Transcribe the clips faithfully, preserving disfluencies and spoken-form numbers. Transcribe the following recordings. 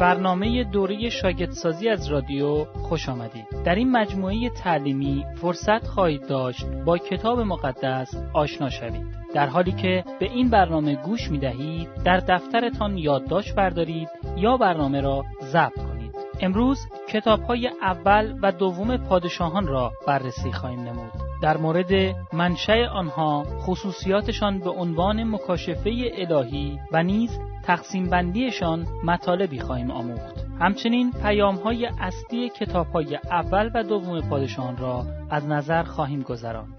برنامه دوره شاگردسازی از رادیو خوش آمدید. در این مجموعه تعلیمی فرصت خواهید داشت با کتاب مقدس آشنا شوید. در حالی که به این برنامه گوش می دهید، در دفترتان یادداشت بردارید یا برنامه را ضبط کنید. امروز کتاب‌های اول و دوم پادشاهان را بررسی خواهیم نمود. در مورد منشأ آنها، خصوصیاتشان به عنوان مکاشفه الهی و نیز تقسیم بندیشان مطالبی خواهیم آموخت. همچنین پیام‌های اصلی کتاب‌های اول و دوم پادشاهان را از نظر خواهیم گذراند.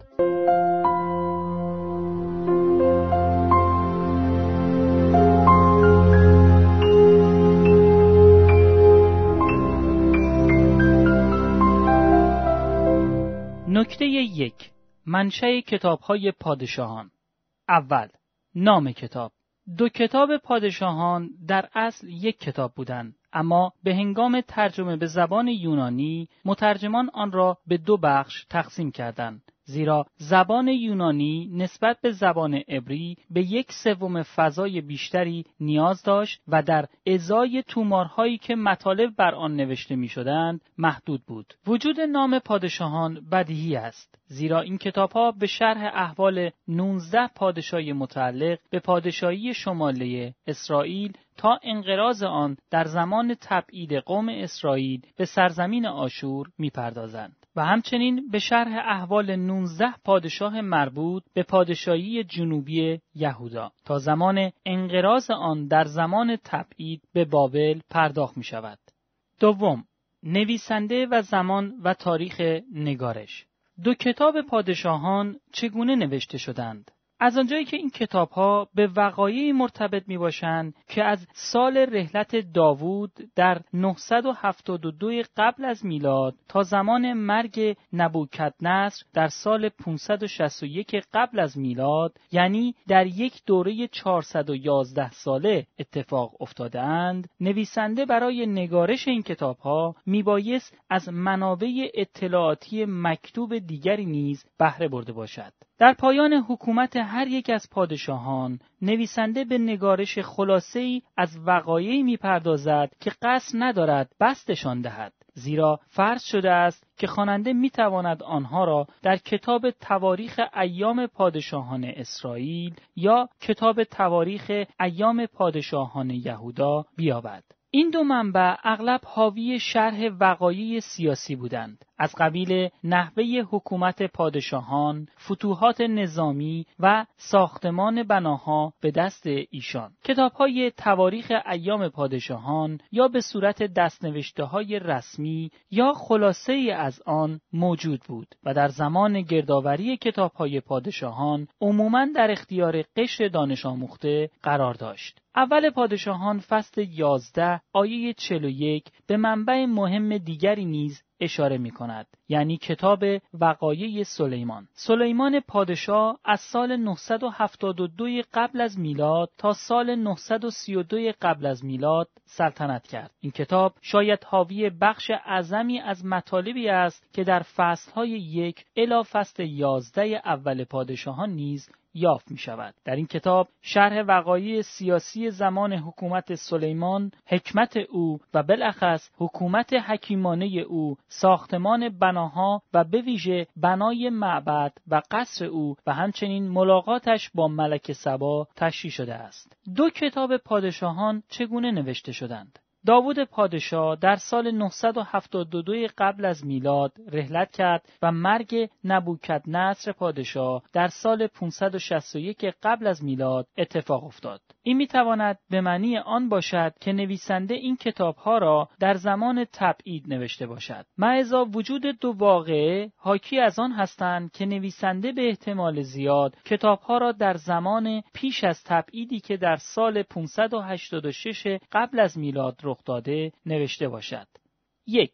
نکته یک، منشأ کتاب‌های پادشاهان. اول، نام کتاب. دو کتاب پادشاهان در اصل یک کتاب بودند، اما به هنگام ترجمه به زبان یونانی مترجمان آن را به دو بخش تقسیم کردند، زیرا زبان یونانی نسبت به زبان عبری به یک سوم فضای بیشتری نیاز داشت و در ازای تومارهایی که مطالب بر آن نوشته می شدند محدود بود. وجود نام پادشاهان بدیهی است، زیرا این کتاب‌ها به شرح احوال نوزده پادشاه متعلق به پادشاهی شمالی اسرائیل تا انقراض آن در زمان تبعید قوم اسرائیل به سرزمین آشور می‌پردازند و همچنین به شرح احوال نوزده پادشاه مربوط به پادشاهی جنوبی یهودا تا زمان انقراض آن در زمان تبعید به بابل پرداخت می‌شود. دوم، نویسنده و زمان و تاریخ نگارش. دو کتاب پادشاهان چگونه نوشته شدند؟ از آنجایی که این کتاب‌ها به وقایعی مرتبط می‌باشند که از سال رحلت داوود در نهصد و هفتاد و دو قبل از میلاد تا زمان مرگ نبوکدنصر در سال پانصد و شصت و یک قبل از میلاد، یعنی در یک دوره چهارصد و یازده ساله اتفاق افتاده‌اند، نویسنده برای نگارش این کتاب‌ها میبایست از منابع اطلاعاتی مکتوب دیگری نیز بهره برده باشد. در پایان حکومت هر یک از پادشاهان، نویسنده به نگارش خلاصه‌ای از وقایعی می‌پردازد که قصد ندارد بستشان دهد، زیرا فرض شده است که خواننده می‌تواند آنها را در کتاب تواریخ ایام پادشاهان اسرائیل یا کتاب تواریخ ایام پادشاهان یهودا بیابد. این دو منبع اغلب حاوی شرح وقایع سیاسی بودند، از قبیل نحوه حکومت پادشاهان، فتوحات نظامی و ساختمان بناها به دست ایشان. کتاب‌های تواریخ ایام پادشاهان یا به صورت دستنوشته‌های رسمی یا خلاصه‌ای از آن موجود بود و در زمان گردآوری کتاب‌های پادشاهان عموماً در اختیار قشر دانش آموخته قرار داشت. اول پادشاهان فصل یازده آیه چهل و یک به منبع مهم دیگری نیز اشاره می کند، یعنی کتاب وقایع سلیمان. سلیمان پادشاه از سال نهصد و هفتاد و دو قبل از میلاد تا سال نهصد و سی و دو قبل از میلاد سلطنت کرد. این کتاب شاید حاوی بخش اعظمی از مطالبی است که در فصل‌های یک الی فصل یازده اول پادشاهان نیز یافت می شود. در این کتاب شرح وقایع سیاسی زمان حکومت سلیمان، حکمت او و بالاخص حکومت حکیمانه او، ساختمان بناها و به ویژه بنای معبد و قصر او و همچنین ملاقاتش با ملک سبا تشریح شده است. دو کتاب پادشاهان چگونه نوشته شدند؟ داوود پادشاه در سال نهصد و هفتاد و دو قبل از میلاد رحلت کرد و مرگ نبوکدنصر پادشاه در سال پانصد و شصت و یک قبل از میلاد اتفاق افتاد. این میتواند به معنی آن باشد که نویسنده این کتاب‌ها را در زمان تبعید نوشته باشد. معاذ وجود دو واقعه حاکی از آن هستند که نویسنده به احتمال زیاد کتاب‌ها را در زمان پیش از تبعیدی که در سال پانصد و هشتاد و شش قبل از میلاد رخ داده نوشته باشد. یک.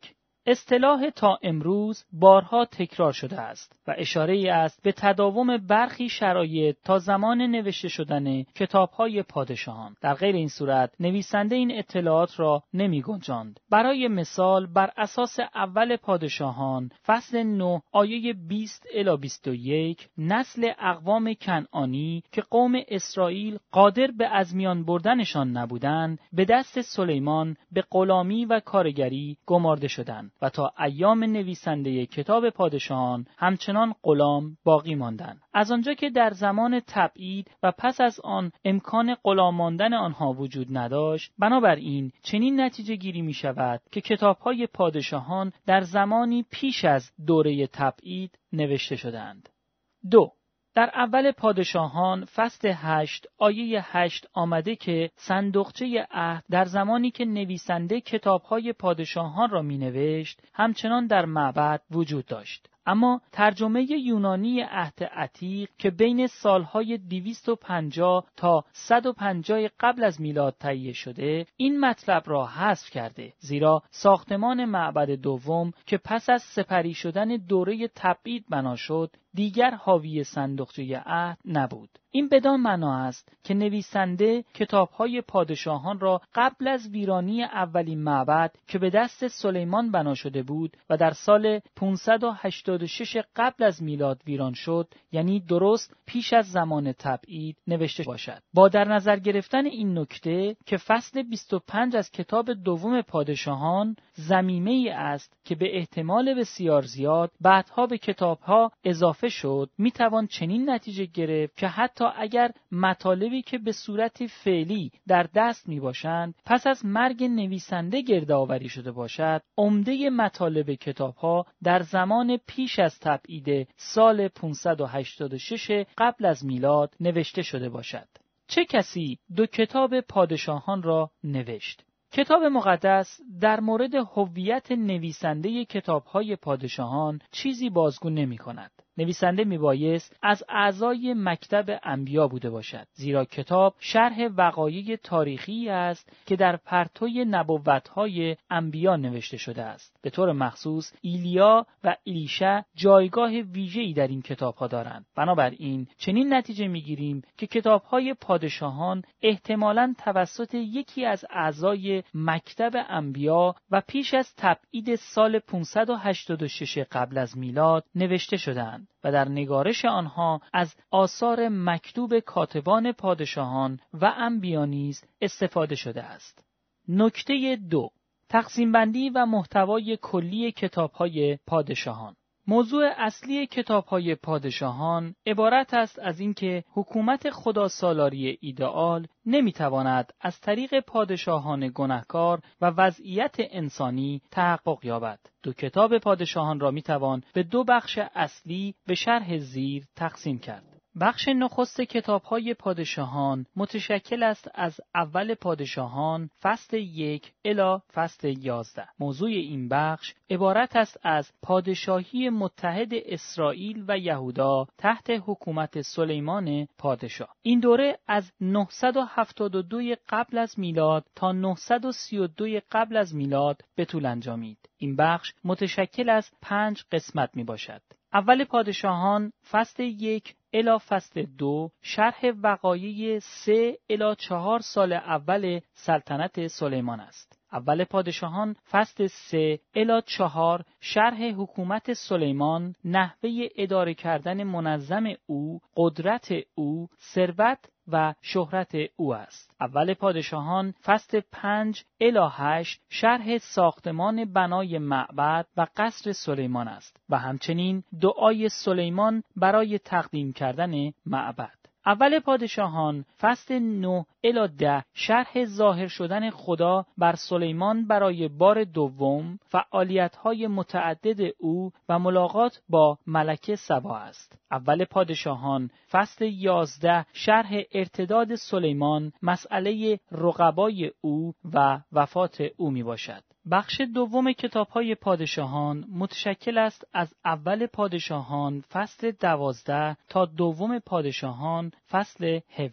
اصطلاح تا امروز بارها تکرار شده است و اشاره‌ای است به تداوم برخی شرایط تا زمان نوشته شدن کتاب‌های پادشاهان. در غیر این صورت نویسنده این اطلاعات را نمی‌گنجاند. برای مثال بر اساس اول پادشاهان فصل نه آیه بیست الی بیست و یک نسل اقوام کنعانی که قوم اسرائیل قادر به از میان بردنشان نبودند به دست سلیمان به غلامی و کارگری گمارده شدند و تا ایام نویسنده کتاب پادشاهان همچنان غلام باقی ماندند. از آنجا که در زمان تبعید و پس از آن امکان غلام ماندن آنها وجود نداشت، بنابراین چنین نتیجه گیری می شود که کتاب‌های پادشاهان در زمانی پیش از دوره تبعید نوشته شدند. دو. در اول پادشاهان فصل هشت آیه هشت آمده که صندوقچه عهد در زمانی که نویسنده کتاب‌های پادشاهان را می‌نوشت همچنان در معبد وجود داشت. اما ترجمه یونانی عهد عتیق که بین سالهای دویست و پنجاه تا صد و پنجاه قبل از میلاد تهیه شده این مطلب را حذف کرده، زیرا ساختمان معبد دوم که پس از سپری شدن دوره تبعید بنا شد دیگر حاوی صندوقچه عهد نبود. این بدان معنا است که نویسنده کتاب‌های پادشاهان را قبل از ویرانی اولین معبد که به دست سلیمان بنا شده بود و در سال پانصد و هشتاد و شش قبل از میلاد ویران شد، یعنی درست پیش از زمان تبعید نوشته باشد. با در نظر گرفتن این نکته که فصل بیست و پنج از کتاب دوم پادشاهان ضمیمه‌ای است که به احتمال بسیار زیاد بعدها به کتاب‌ها اضافه شد، میتوان چنین نتیجه گرفت که حتی اگر مطالبی که به صورت فعلی در دست می باشند پس از مرگ نویسنده گردآوری شده باشد، عمده مطالب کتاب‌ها در زمان پیش از تبعید سال پانصد و هشتاد و شش قبل از میلاد نوشته شده باشد. چه کسی دو کتاب پادشاهان را نوشت؟ کتاب مقدس در مورد هویت نویسنده کتاب‌های پادشاهان چیزی بازگو نمی‌کند. نویسنده میبایست از اعضای مکتب انبیا بوده باشد، زیرا کتاب شرح وقایع تاریخی است که در پرتوی نبوت‌های انبیا نوشته شده است. به طور مخصوص ایلیا و الیشع جایگاه ویژه‌ای در این کتاب‌ها دارند. بنابراین چنین نتیجه میگیریم که کتاب‌های پادشاهان احتمالاً توسط یکی از اعضای مکتب انبیا و پیش از تبعید سال پانصد و هشتاد و شش قبل از میلاد نوشته شدند و در نگارش آنها از آثار مکتوب کاتبان پادشاهان و انبیا نیز استفاده شده است. نکته دو، تقسیم بندی و محتوای کلی کتاب‌های پادشاهان. موضوع اصلی کتاب‌های پادشاهان عبارت است از اینکه حکومت خداسالاری ایدئال نمی‌تواند از طریق پادشاهان گناهکار و وضعیت انسانی تحقق یابد. دو کتاب پادشاهان را می‌توان به دو بخش اصلی به شرح زیر تقسیم کرد. بخش نخست کتاب‌های پادشاهان متشکل است از اول پادشاهان فصل یک الی فصل یازده. موضوع این بخش عبارت است از پادشاهی متحد اسرائیل و یهودا تحت حکومت سلیمان پادشاه. این دوره از نهصد و هفتاد و دو قبل از میلاد تا نهصد و سی و دو قبل از میلاد به طول انجامید. این بخش متشکل از پنج قسمت می باشد. اول پادشاهان فصل یک الی فصل دو شرح وقایع سه الی چهار سال اول سلطنت سلیمان است. اول پادشاهان فصل سه الی چهار شرح حکومت سلیمان، نحوه اداره کردن منظم او، قدرت او، ثروت و شهرت او است. اول پادشاهان فصل پنج الی هشت شرح ساختمان بنای معبد و قصر سلیمان است و همچنین دعای سلیمان برای تقدیم کردن معبد. اول پادشاهان فصل نه الی ده شرح ظاهر شدن خدا بر سلیمان برای بار دوم، فعالیت‌های متعدد او و ملاقات با ملکه سبا است. اول پادشاهان فصل یازده شرح ارتداد سلیمان، مسئله رقبای او و وفات او می باشد. بخش دوم کتاب‌های پادشاهان متشکل است از اول پادشاهان فصل دوازده تا دوم پادشاهان فصل هفده.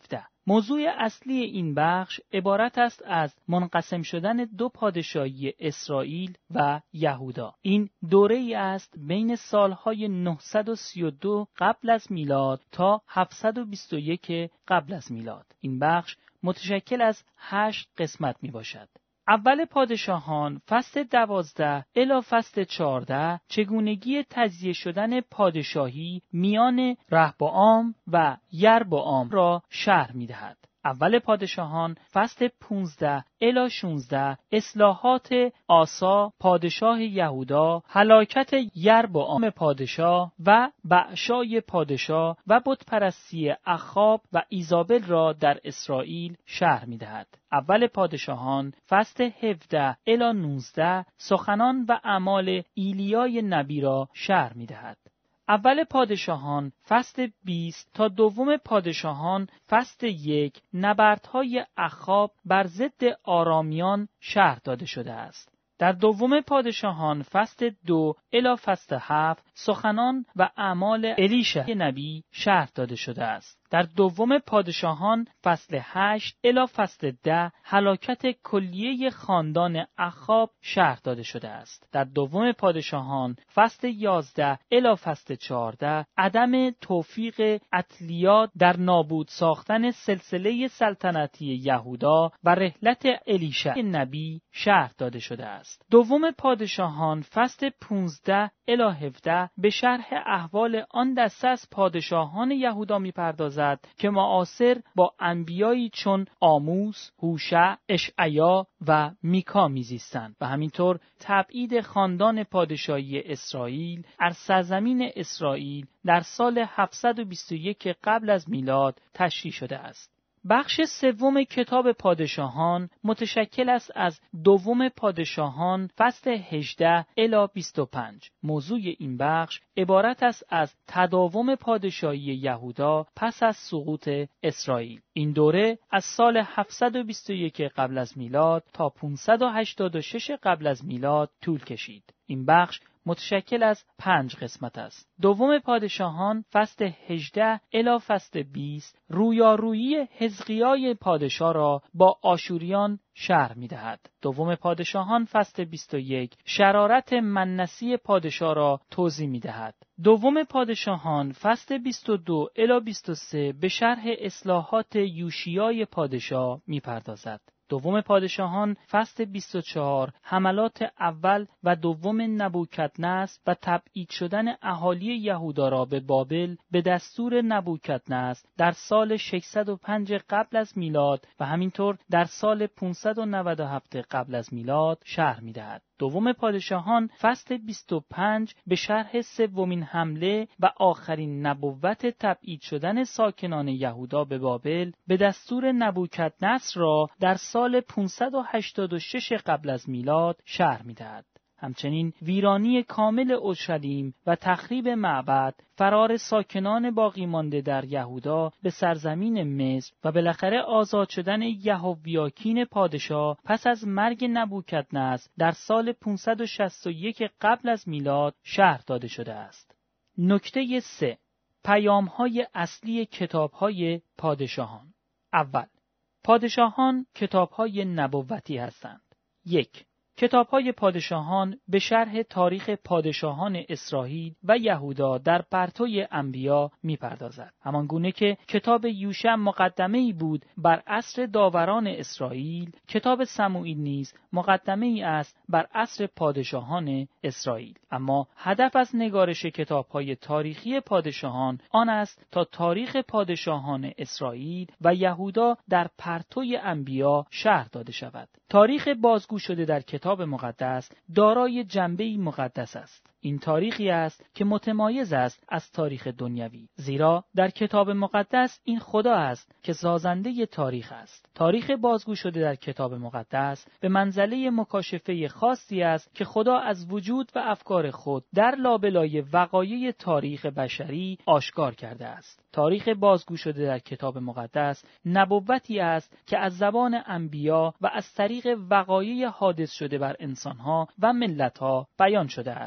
موضوع اصلی این بخش عبارت است از منقسم شدن دو پادشاهی اسرائیل و یهودا. این دوره‌ای است بین سالهای نهصد و سی و دو قبل از میلاد تا هفتصد و بیست و یک قبل از میلاد. این بخش متشکل از هشت قسمت می باشد. اول پادشاهان فصل دوازده الی فصل چهارده چگونگی تجزیه شدن پادشاهی میان رهبعام و یربعام را شرح می دهد. اول پادشاهان فصل پانزده الی شانزده اصلاحات آسا پادشاه یهودا، هلاکت یربعام پادشاه و بعشای پادشاه و بتپرستی اخاب و ایزابل را در اسرائیل شرح می‌دهد. اول پادشاهان فصل هفده الی نوزده سخنان و اعمال ایلیای نبی را شرح می‌دهد. اول پادشاهان فصل بیست تا دوم پادشاهان فصل یک نبردهای اخاب بر ضد آرامیان شرح داده شده است. در دوم پادشاهان فصل دو الی فصل هفت سخنان و اعمال الیشع نبی شرح داده شده است. در دوم پادشاهان فصل هشت الی فصل ده هلاکت کلیه خاندان اخاب شرح داده شده است. در دوم پادشاهان فصل یازده الی فصل چهارده عدم توفیق اتلیاد در نابود ساختن سلسله سلطنتی یهودا و رحلت الیشع نبی شرح داده شده است. دوم پادشاهان فصل پانزده الی هفده به شرح احوال آن دسته از پادشاهان یهودا می‌پردازد که معاصر با انبیایی چون آموس، هوشع، اشعیا و میکا میزیستند و همینطور تبعید خاندان پادشاهی اسرائیل از سرزمین اسرائیل در سال هفتصد و بیست و یک قبل از میلاد تشریح شده است. بخش سوم کتاب پادشاهان متشکل است از دوم پادشاهان فصل هجده الی بیست و پنج. موضوع این بخش عبارت است از تداوم پادشاهی یهودا پس از سقوط اسرائیل. این دوره از سال هفتصد و بیست و یک قبل از میلاد تا پانصد و هشتاد و شش قبل از میلاد طول کشید. این بخش متشکل از پنج قسمت است. دوم پادشاهان فصل هجده الی فصل بیست رویارویی حزقیای پادشاه را با آشوریان شرح می‌دهد. دوم پادشاهان فصل بیست و یک شرارت منسی پادشاه را توضیح می‌دهد. دوم پادشاهان فصل بیست و دو الی بیست و سه به شرح اصلاحات یوشیای پادشاه می‌پردازد. دوم پادشاهان فصل بیست و چهار حملات اول و دوم نبوکدنصر و تبعید شدن اهالی یهودا را به بابل به دستور نبوکدنصر در سال ششصد و پنج قبل از میلاد و همینطور در سال پانصد و نود و هفت قبل از میلاد شرح می‌دهد. دوم پادشاهان فصل بیست و پنج به شرح سومین حمله و آخرین نبوت تبعید شدن ساکنان یهودا به بابل به دستور نبوکدنصر را در سال پانصد و هشتاد و شش قبل از میلاد شرح می‌دهد. همچنین ویرانی کامل اورشلیم و تخریب معبد، فرار ساکنان باقی مانده در یهودا به سرزمین مصر و بالاخره آزاد شدن یهویاکین پادشاه پس از مرگ نبوکدنصر در سال پانصد و شصت و یک قبل از میلاد شرح داده شده است. نکته سه، پیام‌های اصلی کتاب‌های پادشاهان. اول، پادشاهان کتاب‌های نبوتی هستند. یک، کتاب‌های پادشاهان به شرح تاریخ پادشاهان اسرائیل و یهودا در پرتوی انبیا می‌پردازد. همان گونه که کتاب یوشع مقدمه‌ای بود بر عصر داوران اسرائیل، کتاب سموئیل نیز مقدمه‌ای است بر عصر پادشاهان اسرائیل. اما هدف از نگارش کتاب‌های تاریخی پادشاهان آن است تا تاریخ پادشاهان اسرائیل و یهودا در پرتوی انبیا شرح داده شود. تاریخ بازگو شده در کتاب مقدس دارای جنبه‌ای مقدس است. این تاریخی است که متمایز است از تاریخ دنیوی، زیرا در کتاب مقدس این خدا است که سازنده تاریخ است. تاریخ بازگو شده در کتاب مقدس به منزله مکاشفه خاصی است که خدا از وجود و افکار خود در لابلای وقایع تاریخ بشری آشکار کرده است. تاریخ بازگو شده در کتاب مقدس نبوتی است که از زبان انبیا و از طریق وقایع حادث شده بر انسانها و ملتها بیان شده است و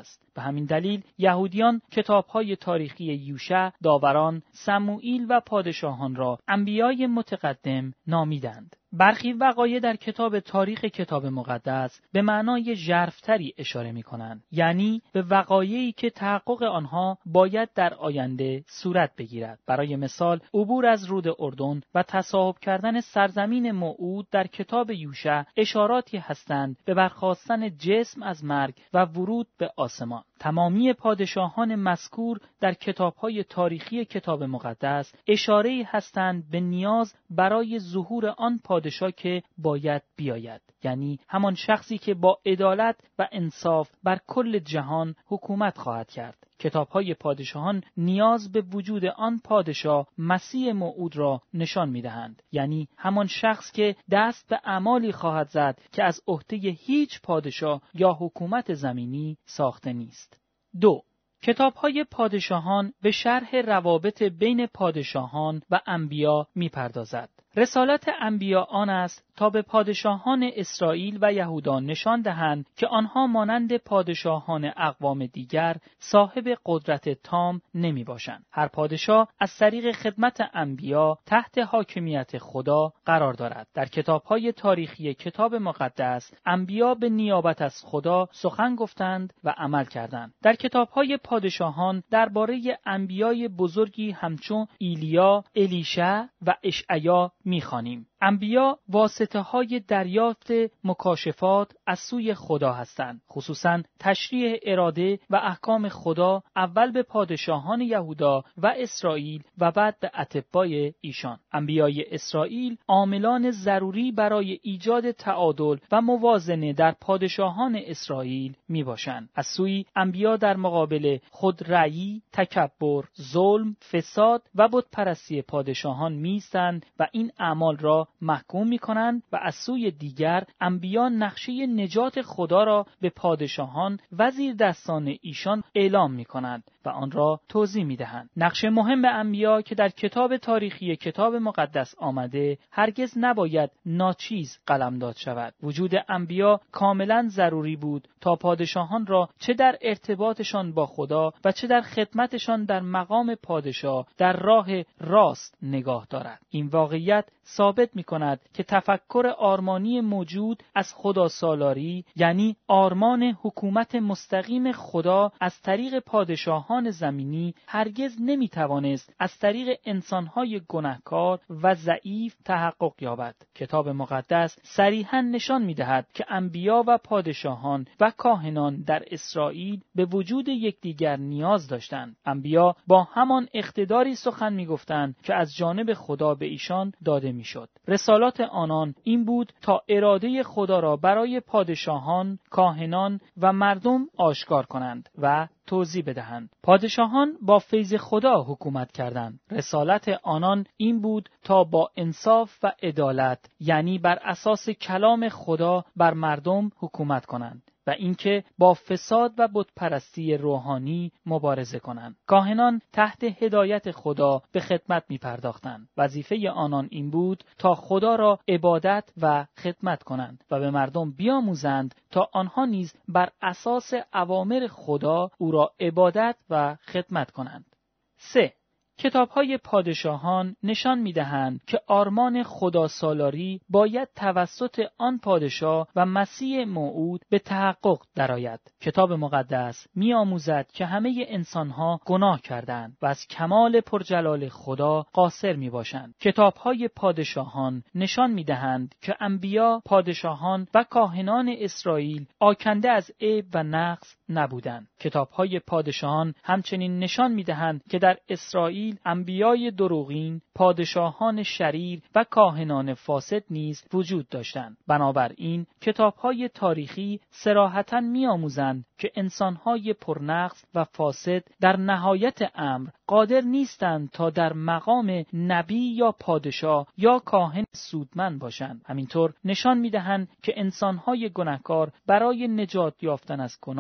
همین دلیل یهودیان کتاب‌های تاریخی یوشع، داوران، سموئیل و پادشاهان را انبیای متقدم نامیدند. برخی وقایع در کتاب تاریخ کتاب مقدس به معنای ژرف‌تری اشاره می‌کنند، یعنی به وقایعی که تحقق آنها باید در آینده صورت بگیرد. برای مثال عبور از رود اردن و تصاحب کردن سرزمین موعود در کتاب یوشع اشاراتی هستند به برخاستن جسم از مرگ و ورود به آسمان. تمامی پادشاهان مذکور در کتاب‌های تاریخی کتاب مقدس اشاره‌ای هستند به نیاز برای ظهور آن پادشاه که باید بیاید، یعنی همان شخصی که با عدالت و انصاف بر کل جهان حکومت خواهد کرد. کتاب‌های پادشاهان نیاز به وجود آن پادشاه مسیح موعود را نشان می‌دهند، یعنی همان شخص که دست به اعمالی خواهد زد که از عهده هیچ پادشاه یا حکومت زمینی ساخته نیست. دو، کتاب‌های پادشاهان به شرح روابط بین پادشاهان و انبیا می‌پردازد. رسالت انبیا آن است تا به پادشاهان اسرائیل و یهودا نشان دهند که آنها مانند پادشاهان اقوام دیگر صاحب قدرت تام نمی باشند. هر پادشاه از طریق خدمت انبیا تحت حاکمیت خدا قرار دارد. در کتاب‌های تاریخی کتاب مقدس انبیا به نیابت از خدا سخن گفتند و عمل کردند. در کتاب‌های پادشاهان درباره انبیای بزرگی همچون ایلیا، الیشع و اشعیا می‌خوانیم. انبیا واسطه‌های دریافت مکاشفات از سوی خدا هستند. خصوصاً تشریح اراده و احکام خدا اول به پادشاهان یهودا و اسرائیل و بعد به اتباع ایشان. انبیای اسرائیل عاملان ضروری برای ایجاد تعادل و موازنه در پادشاهان اسرائیل میباشند. از سوی انبیا در مقابل خودرأیی، تکبر، ظلم، فساد و بتپرستی پادشاهان میستند و این اعمال را محکوم می‌کنند و از سوی دیگر انبیا نقشه نجات خدا را به پادشاهان و زیر دستان ایشان اعلام می‌کنند و آن را توضیح می‌دهند. نقشه مهم انبیا که در کتاب تاریخی کتاب مقدس آمده هرگز نباید ناچیز قلمداد شود. وجود انبیا کاملاً ضروری بود تا پادشاهان را چه در ارتباطشان با خدا و چه در خدمتشان در مقام پادشاه در راه راست نگاه دارد. این واقعیت ثابت می‌کند که تفکر آرمانی موجود از خدا سالاری، یعنی آرمان حکومت مستقیم خدا از طریق پادشاهان زمینی، هرگز نمی‌توانست از طریق انسان‌های گناهکار و ضعیف تحقق یابد. کتاب مقدس صریحاً نشان می‌دهد که انبیا و پادشاهان و کاهنان در اسرائیل به وجود یکدیگر نیاز داشتند. انبیا با همان اقتداری سخن می‌گفتند که از جانب خدا به ایشان داده می‌شد. رسالات آنان این بود تا اراده خدا را برای پادشاهان، کاهنان و مردم آشکار کنند و توضیح بدهند. پادشاهان با فیض خدا حکومت کردند. رسالت آنان این بود تا با انصاف و عدالت، یعنی بر اساس کلام خدا، بر مردم حکومت کنند و اینکه با فساد و بتپرستی روحانی مبارزه کنند. کاهنان تحت هدایت خدا به خدمت می پرداختند. وظیفه آنان این بود تا خدا را عبادت و خدمت کنند و به مردم بیاموزند تا آنها نیز بر اساس اوامر خدا او را عبادت و خدمت کنند. سه. کتاب‌های پادشاهان نشان می‌دهند که آرمان خدا سالاری باید توسط آن پادشاه و مسیح موعود به تحقق درآید. کتاب مقدس می‌آموزد که همه انسان‌ها گناه کردند و از کمال پرجلال خدا قاصر می‌باشند. کتاب‌های پادشاهان نشان می‌دهند که انبیا، پادشاهان و کاهنان اسرائیل آکنده از عیب و نقص نبودند. کتاب‌های پادشاهان همچنین نشان می‌دهند که در اسرائیل انبیای دروغین، پادشاهان شریر و کاهنان فاسد نیز وجود داشتند. بنابراین کتاب‌های تاریخی صراحتاً می‌آموزند که انسان‌های پرنقص و فاسد در نهایت امر قادر نیستند تا در مقام نبی یا پادشاه یا کاهن سودمند باشند. همینطور نشان می‌دهند که انسان‌های گناهکار برای نجات یافتن از گناه به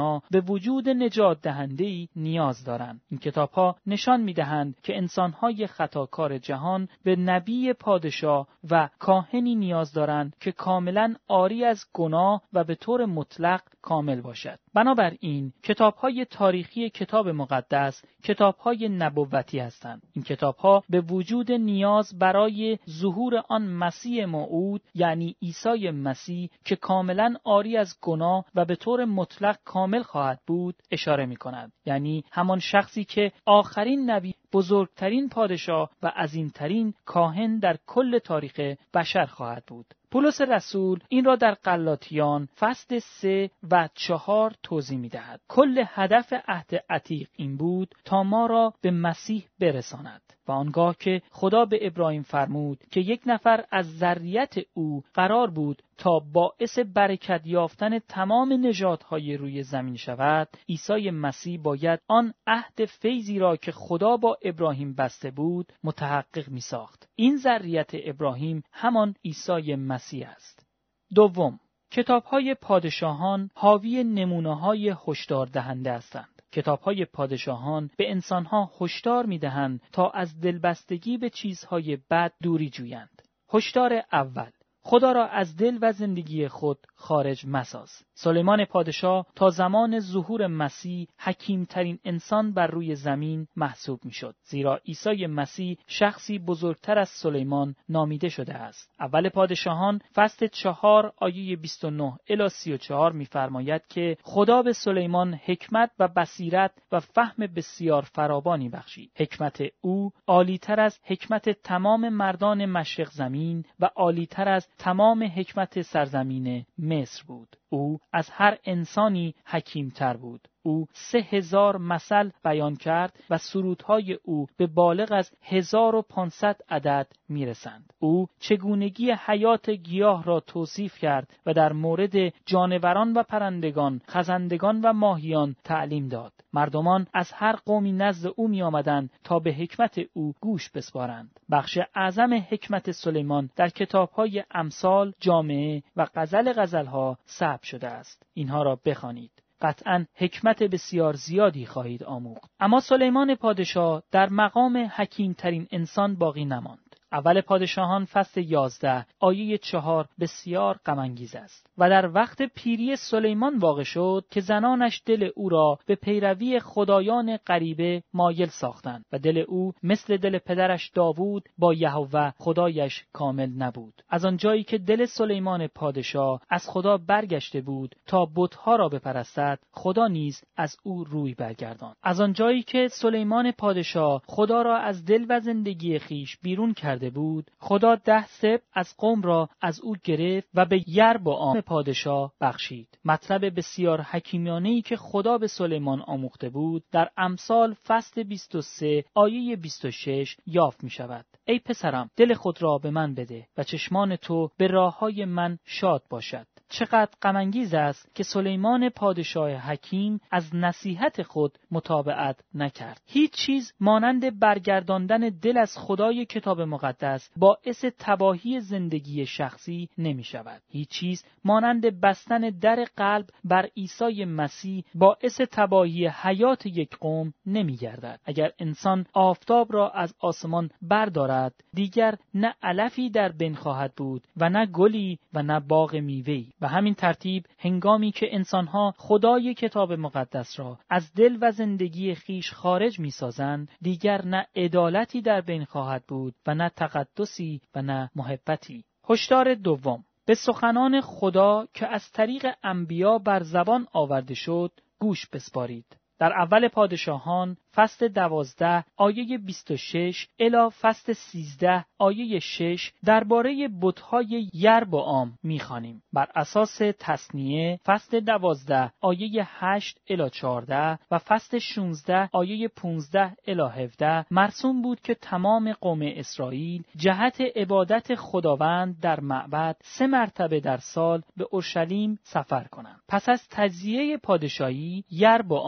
وجود نجات دهنده‌ای نیاز دارند. این کتاب‌ها نشان می‌دهند که انسان‌های خطاکار جهان به نبی پادشاه و کاهنی نیاز دارند که کاملاً عاری از گناه و به طور مطلق کامل باشد. بنابراین کتاب‌های تاریخی کتاب مقدس کتاب‌های نبوتی هستند. این کتاب‌ها به وجود نیاز برای ظهور آن مسیح موعود، یعنی عیسی مسیح که کاملاً عاری از گناه و به طور مطلق کامل خواهد بود اشاره می‌کند. یعنی همان شخصی که آخرین نبی، بزرگترین پادشاه و عظیمترین کاهن در کل تاریخ بشر خواهد بود. پولس رسول این را در غلاطیان فصل سه و چهار توضیح می‌دهد. کل هدف عهد عتیق این بود تا ما را به مسیح برساند. و آنگاه که خدا به ابراهیم فرمود که یک نفر از ذریت او قرار بود تا باعث برکت یافتن تمام نژادهای روی زمین شود، عیسی مسیح باید آن عهد فیضی را که خدا با ابراهیم بسته بود متحقق می ساخت. این ذریت ابراهیم همان عیسی مسیح است. دوم، کتاب‌های پادشاهان حاوی نمونه‌های هشدار دهنده هستند. کتاب‌های پادشاهان به انسان‌ها هشدار می‌دهند تا از دلبستگی به چیزهای بد دوری جویند. هشدار اول: خدا را از دل و زندگی خود خارج مساز. سلیمان پادشاه تا زمان ظهور مسیح حکیمترین انسان بر روی زمین محسوب میشد، زیرا عیسی مسیح شخصی بزرگتر از سلیمان نامیده شده است. اول پادشاهان فصل چهار آیه بیست و نه الی سی و چهار می‌فرماید که خدا به سلیمان حکمت و بصیرت و فهم بسیار فراوانی بخشید. حکمت او عالی‌تر از حکمت تمام مردان مشرق زمین و عالی‌تر از تمام حکمت سرزمین مصر بود. او از هر انسانی حکیمتر بود. او سه هزار مثل بیان کرد و سرودهای او به بالغ از هزار و پانصد عدد میرسند. او چگونگی حیات گیاه را توصیف کرد و در مورد جانوران و پرندگان، خزندگان و ماهیان تعلیم داد. مردمان از هر قومی نزد او می آمدند تا به حکمت او گوش بسپارند. بخش اعظم حکمت سلیمان در کتاب‌های امثال، جامعه و غزل غزل‌ها ثبت شده است. اینها را بخوانید. قطعاً حکمت بسیار زیادی خواهید آموخت. اما سلیمان پادشاه در مقام حکیمترین انسان باقی نماند. اول پادشاهان فصل یازده آیه چهار بسیار غم انگیز است. و در وقت پیری سلیمان واقع شد که زنانش دل او را به پیروی خدایان غریبه مایل ساختند و دل او مثل دل پدرش داوود با یهوه خدایش کامل نبود. از آنجایی که دل سلیمان پادشاه از خدا برگشته بود تا بت‌ها را بپرستد، خدا نیز از او روی برگرداند. از آنجایی که سلیمان پادشاه خدا را از دل و زندگی خیش بیرون کرد بود، خدا ده سبط از قوم را از او گرفت و به یربعام پادشاه بخشید. مطلب بسیار حکیمانه‌ای که خدا به سلیمان آموخته بود در امثال فصل بیست و سه آیه بیست و شش یافت می شود. ای پسرم، دل خود را به من بده و چشمان تو به راههای من شاد باشد. چقدر غم انگیز است که سلیمان پادشاه حکیم از نصیحت خود متابعت نکرد. هیچ چیز مانند برگرداندن دل از خدای کتاب مقدس باعث تباهی زندگی شخصی نمی شود. هیچ چیز مانند بستن در قلب بر عیسی مسیح باعث تباهی حیات یک قوم نمی گردد. اگر انسان آفتاب را از آسمان بردارد، دیگر نه علفی در بین خواهد بود و نه گلی و نه باغ میوه‌ای. و همین ترتیب هنگامی که انسانها خدای کتاب مقدس را از دل و زندگی خیش خارج می‌سازند، دیگر نه عدالتی در بین خواهد بود و نه تقدسی و نه محبتی. هشدار دوم: به سخنان خدا که از طریق انبیا بر زبان آورده شد گوش بسپارید. در اول پادشاهان فصل دوازده آیه بیست و شش الی فصل سیزده آیه شش درباره بت‌های یربعام می‌خوانیم. بر اساس تثنیه فصل دوازده آیه هشت الی چهارده و فصل شانزده آیه پانزده الی هفده مرسوم بود که تمام قوم اسرائیل جهت عبادت خداوند در معبد سه مرتبه در سال به اورشلیم سفر کنند. پس از تجزیه پادشاهی، یربعام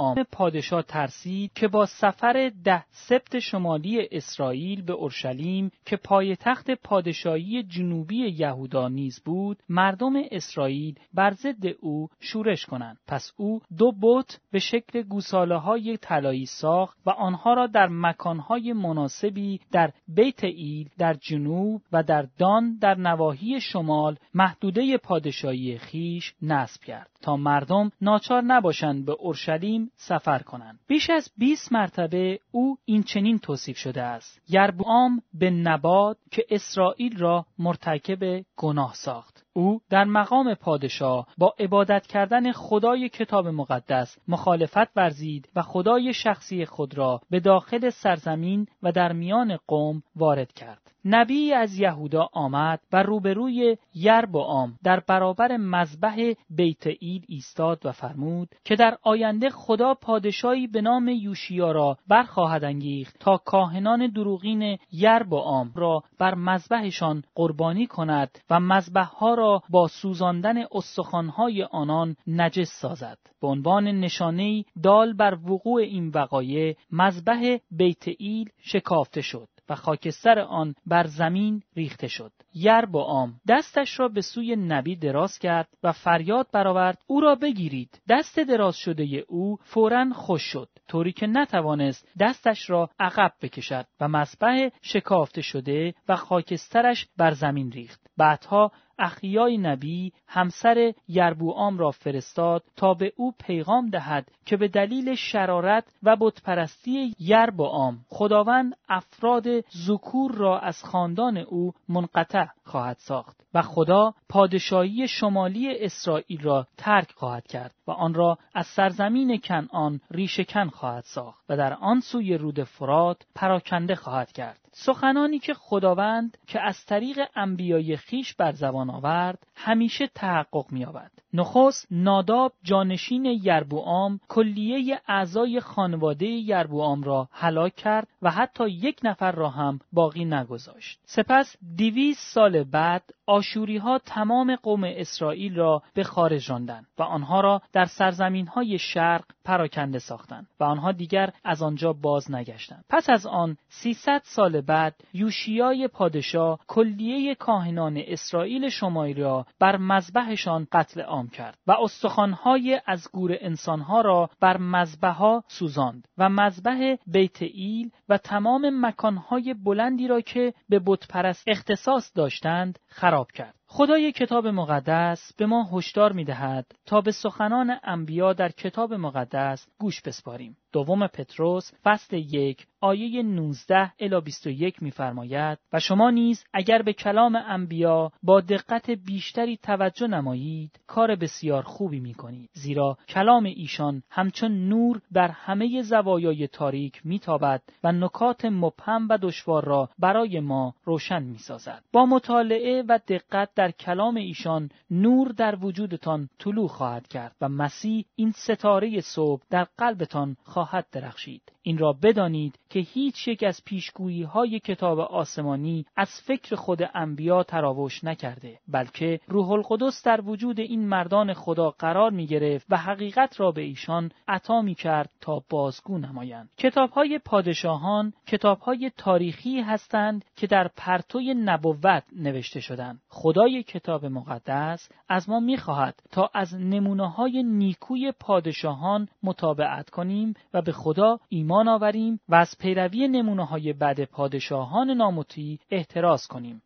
پادشاه ترسید که با سفر ده سبت شمالی اسرائیل به اورشلیم که پایتخت پادشاهی جنوبی یهودا نیز بود، مردم اسرائیل بر ضد او شورش کنند. پس او دو بت به شکل گوساله‌های طلایی ساخت و آنها را در مکانهای مناسبی در بیت ایل در جنوب و در دان در نواحی شمال محدوده پادشاهی خیش نصب کرد تا مردم ناچار نباشند به اورشلیم سفر کنند. بیش از بیست مرتبه او این چنین توصیف شده است: یربوعام به نبات که اسرائیل را مرتکب گناه ساخت. او در مقام پادشاه با عبادت کردن خدای کتاب مقدس مخالفت ورزید و خدای شخصی خود را به داخل سرزمین و در میان قوم وارد کرد. نبی از یهودا آمد و روبروی یربوعام در برابر مذبح بیت ایل ایستاد و فرمود که در آینده خدا پادشاهی به نام یوشیا را برخواهد انگیخت تا کاهنان دروغین یربوعام را بر مذبحشان قربانی کند و مذبحها را با سوزاندن استخوان‌های آنان نجس سازد. به عنوان نشانه‌ای دال بر وقوع این وقایع مذبح بیت ایل شکافته شد و خاکستر آن بر زمین ریخته شد. یربوعام دستش را به سوی نبی دراز کرد و فریاد برآورد او را بگیرید. دست دراز شده او فوراً خشک شد، طوری که نتوانست دستش را عقب بکشد و مذبح شکافته شده و خاکسترش بر زمین ریخت. بعدها اخیای نبی همسر یربوعام را فرستاد تا به او پیغام دهد که به دلیل شرارت و بتپرستی یربوعام خداوند افراد ذکور را از خاندان او منقطع خواهد ساخت و خدا پادشاهی شمالی اسرائیل را ترک خواهد کرد و آن را از سرزمین کنعان ریشه‌کن خواهد ساخت و در آن سوی رود فرات پراکنده خواهد کرد. سخنانی که خداوند که از طریق انبیای خیش بر زبان آورد همیشه تحقق می‌یابد. نخست ناداب جانشین یربوعام کلیه اعضای خانواده یربوعام را هلاک کرد و حتی یک نفر را هم باقی نگذاشت. سپس دویست سال بعد آشوری‌ها تمام قوم اسرائیل را به خارج راندند و آنها را در سرزمین‌های شرق پراکنده ساختند و آنها دیگر از آنجا باز نگشتند. پس از آن سیصد سال بعد یوشیای پادشاه کلیه کاهنان اسرائیل شمالی را بر مذبحشان قتل عام کرد و استخوان‌های از گور انسان‌ها را بر مذبح‌ها سوزاند و مذبح بیت ایل و تمام مکان‌های بلندی را که به بت‌پرست اختصاص داشتند خراب کرد. خدای کتاب مقدس به ما هشدار می‌دهد تا به سخنان انبیا در کتاب مقدس گوش بسپاریم. دوم پتروس فصل یک آیه نوزده الی بیست و یک می‌فرماید: و شما نیز اگر به کلام انبیا با دقت بیشتری توجه نمایید کار بسیار خوبی می‌کنید، زیرا کلام ایشان همچون نور در همه زوایای تاریک می‌تابد و نکات مبهم و دشوار را برای ما روشن می‌سازد. با مطالعه و دقت در کلام ایشان نور در وجودتان طلوع خواهد کرد و مسیح این ستاره صبح در قلبتان خواهد درخشید. این را بدانید که هیچ یک از پیشگویی‌های کتاب آسمانی از فکر خود انبیا تراوش نکرده، بلکه روح القدس در وجود این مردان خدا قرار می‌گرفت و حقیقت را به ایشان عطا می‌کرد تا بازگو نمایند. کتاب‌های پادشاهان کتاب‌های تاریخی هستند که در پرتوی نبوت نوشته شدند. خدای کتاب مقدس از ما می‌خواهد تا از نمونه‌های نیکوی پادشاهان متابعت کنیم و به خدا ایمان آوریم و از پیروی نمونه‌های بد پادشاهان نامطیع احتراز کنیم.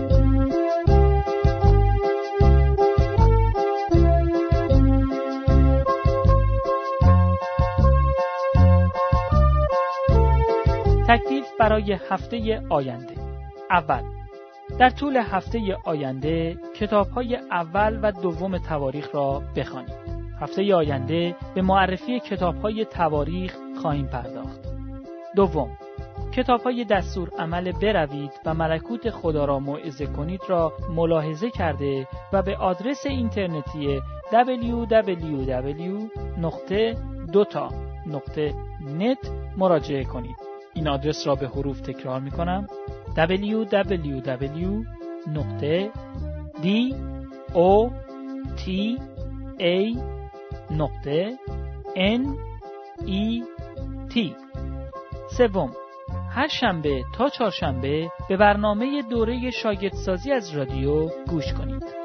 تکلیف برای هفته آینده. اول، در طول هفته آینده کتاب‌های اول و دوم تواریخ را بخوانید. هفته آینده به معرفی کتاب‌های تواریخ خواهیم پرداخت. دوم، کتاب‌های دستور عمل بروید و ملکوت خدا را موعظه کنید را ملاحظه کرده و به آدرس اینترنتی دبلیو دبلیو دبلیو نقطه دوتا نقطه نت مراجعه کنید. این آدرس را به حروف تکرار می کنم: دبلیو دبلیو دبلیو نقطه دوتا نقطه ای تی. سوم، هر شنبه تا چهارشنبه به برنامه دوره شاگردسازی از رادیو گوش کنید.